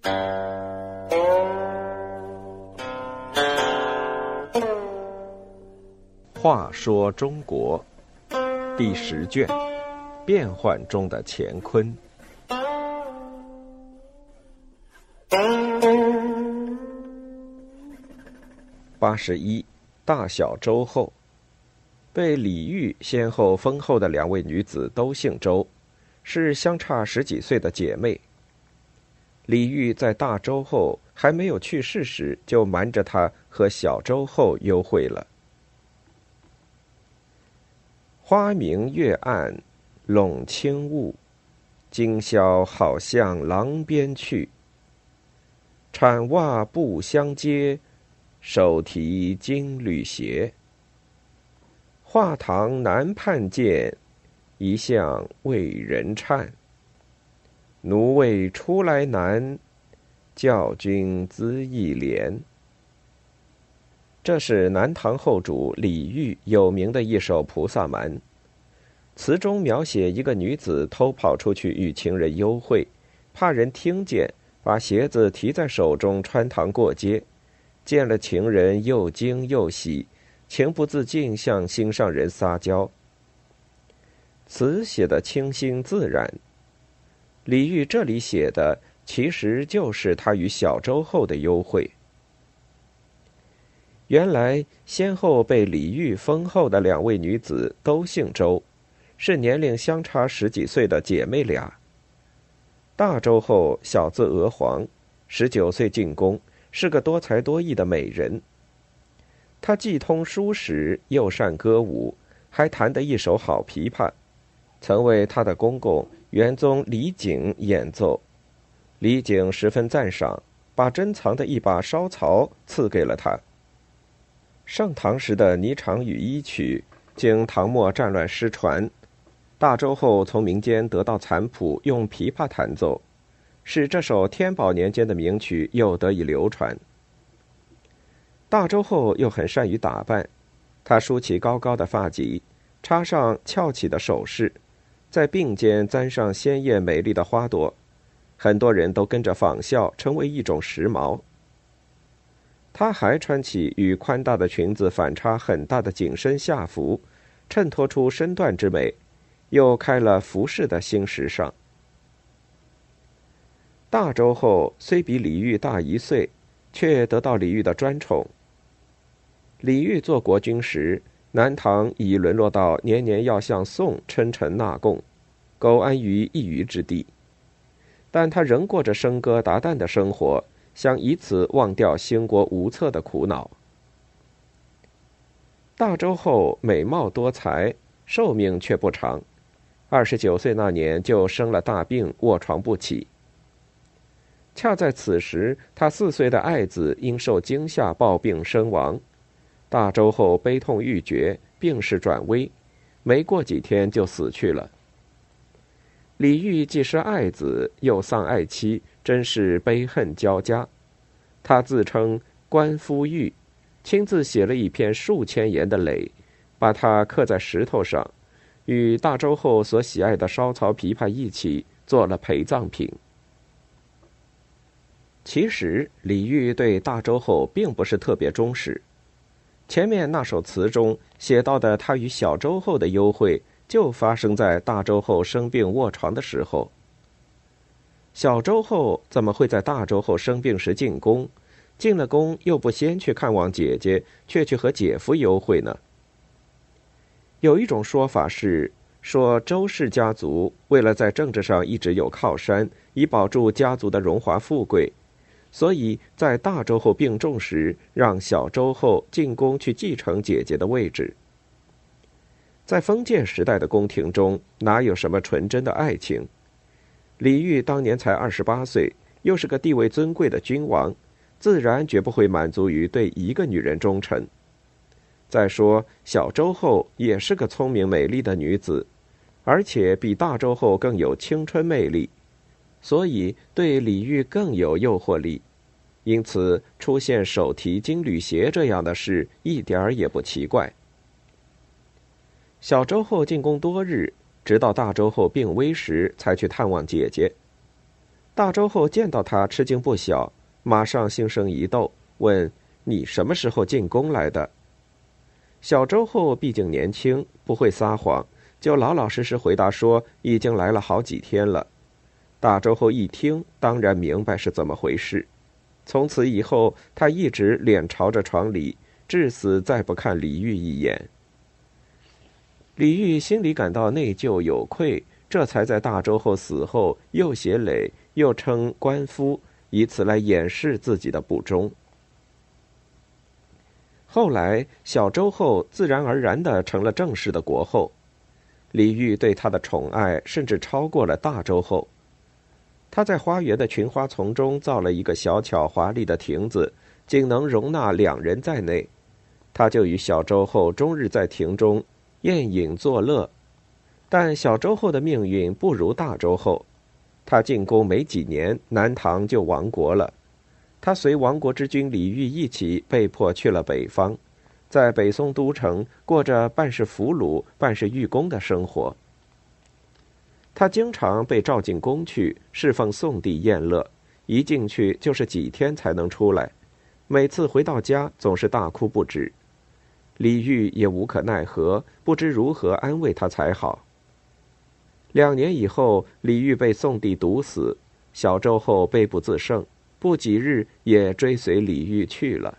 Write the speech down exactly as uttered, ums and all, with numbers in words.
话说中国第十卷，变幻中的乾坤。八十一，大小周后。被李煜先后封后的两位女子都姓周，是相差十几岁的姐妹。李煜在大周后还没有去世时，就瞒着她和小周后幽会了。花明月暗，笼轻雾，今宵好向廊边去。铲袜不相接，手提金缕鞋。画堂南畔见，一向为人颤。奴谓出来难，教君资一联。这是南唐后主李煜有名的一首菩萨蛮，词中描写一个女子偷跑出去与情人幽会，怕人听见，把鞋子提在手中穿堂过街，见了情人又惊又喜，情不自禁向心上人撒娇。词写得清新自然，李煜这里写的其实就是他与小周后的幽会。原来先后被李煜封后的两位女子都姓周，是年龄相差十几岁的姐妹俩。大周后小字娥皇，十九岁进宫，是个多才多艺的美人。她既通书史，又善歌舞，还弹得一手好琵琶，曾为她的公公元宗李璟演奏。李璟十分赞赏，把珍藏的一把烧曹赐给了她。盛唐时的霓裳羽衣曲，经唐末战乱失传，大周后从民间得到残谱，用琵琶弹奏，使这首天宝年间的名曲又得以流传。大周后又很善于打扮，她梳起高高的发髻，插上翘起的首饰，在鬓间簪上鲜艳美丽的花朵，很多人都跟着仿效，成为一种时髦。她还穿起与宽大的裙子反差很大的紧身夏服，衬托出身段之美，又开了服饰的新时尚。大周后虽比李煜大一岁，却得到李煜的专宠。李煜做国君时，南唐已沦落到年年要向宋称臣纳贡，苟安于一隅之地，但他仍过着笙歌达旦的生活，想以此忘掉兴国无策的苦恼。大周后美貌多才，寿命却不长，二十九岁那年就生了大病，卧床不起。恰在此时，他四岁的爱子因受惊吓暴病身亡，大周后悲痛欲绝，病势转危，没过几天就死去了。李煜既失爱子，又丧爱妻，真是悲恨交加。他自称官夫玉，亲自写了一篇数千言的垒，把它刻在石头上，与大周后所喜爱的烧曹琵琶一起做了陪葬品。其实李煜对大周后并不是特别忠实，前面那首词中写到的他与小周后的幽会，就发生在大周后生病卧床的时候。小周后怎么会在大周后生病时进宫，进了宫又不先去看望姐姐，却去和姐夫幽会呢？有一种说法是说周氏家族为了在政治上一直有靠山，以保住家族的荣华富贵，所以在大周后病重时，让小周后进宫去继承姐姐的位置。在封建时代的宫廷中，哪有什么纯真的爱情？李煜当年才二十八岁，又是个地位尊贵的君王，自然绝不会满足于对一个女人忠诚。再说小周后也是个聪明美丽的女子，而且比大周后更有青春魅力，所以对李煜更有诱惑力，因此出现手提金缕鞋这样的事一点儿也不奇怪。小周后进宫多日，直到大周后病危时才去探望姐姐。 大周后见到他吃惊不小，马上心生疑窦，问：“你什么时候进宫来的？”小周后毕竟年轻，不会撒谎，就老老实实回答说：“已经来了好几天了。”大周后一听，当然明白是怎么回事。从此以后，他一直脸朝着床里，至死再不看李煜一眼。李煜心里感到内疚有愧，这才在大周后死后又写累，又称官夫，以此来掩饰自己的不忠。后来，小周后自然而然地成了正式的国后，李煜对他的宠爱甚至超过了大周后。他在花园的群花丛中造了一个小巧华丽的亭子，仅能容纳两人在内，他就与小周后终日在亭中宴饮作乐。但小周后的命运不如大周后，他进宫没几年，南唐就亡国了。他随亡国之君李煜一起被迫去了北方，在北宋都城过着半是俘虏半是寓公的生活。他经常被召进宫去侍奉宋帝宴乐，一进去就是几天才能出来，每次回到家总是大哭不止。李煜也无可奈何，不知如何安慰他才好。两年以后，李煜被宋帝毒死，小周后悲不自胜，不几日也追随李煜去了。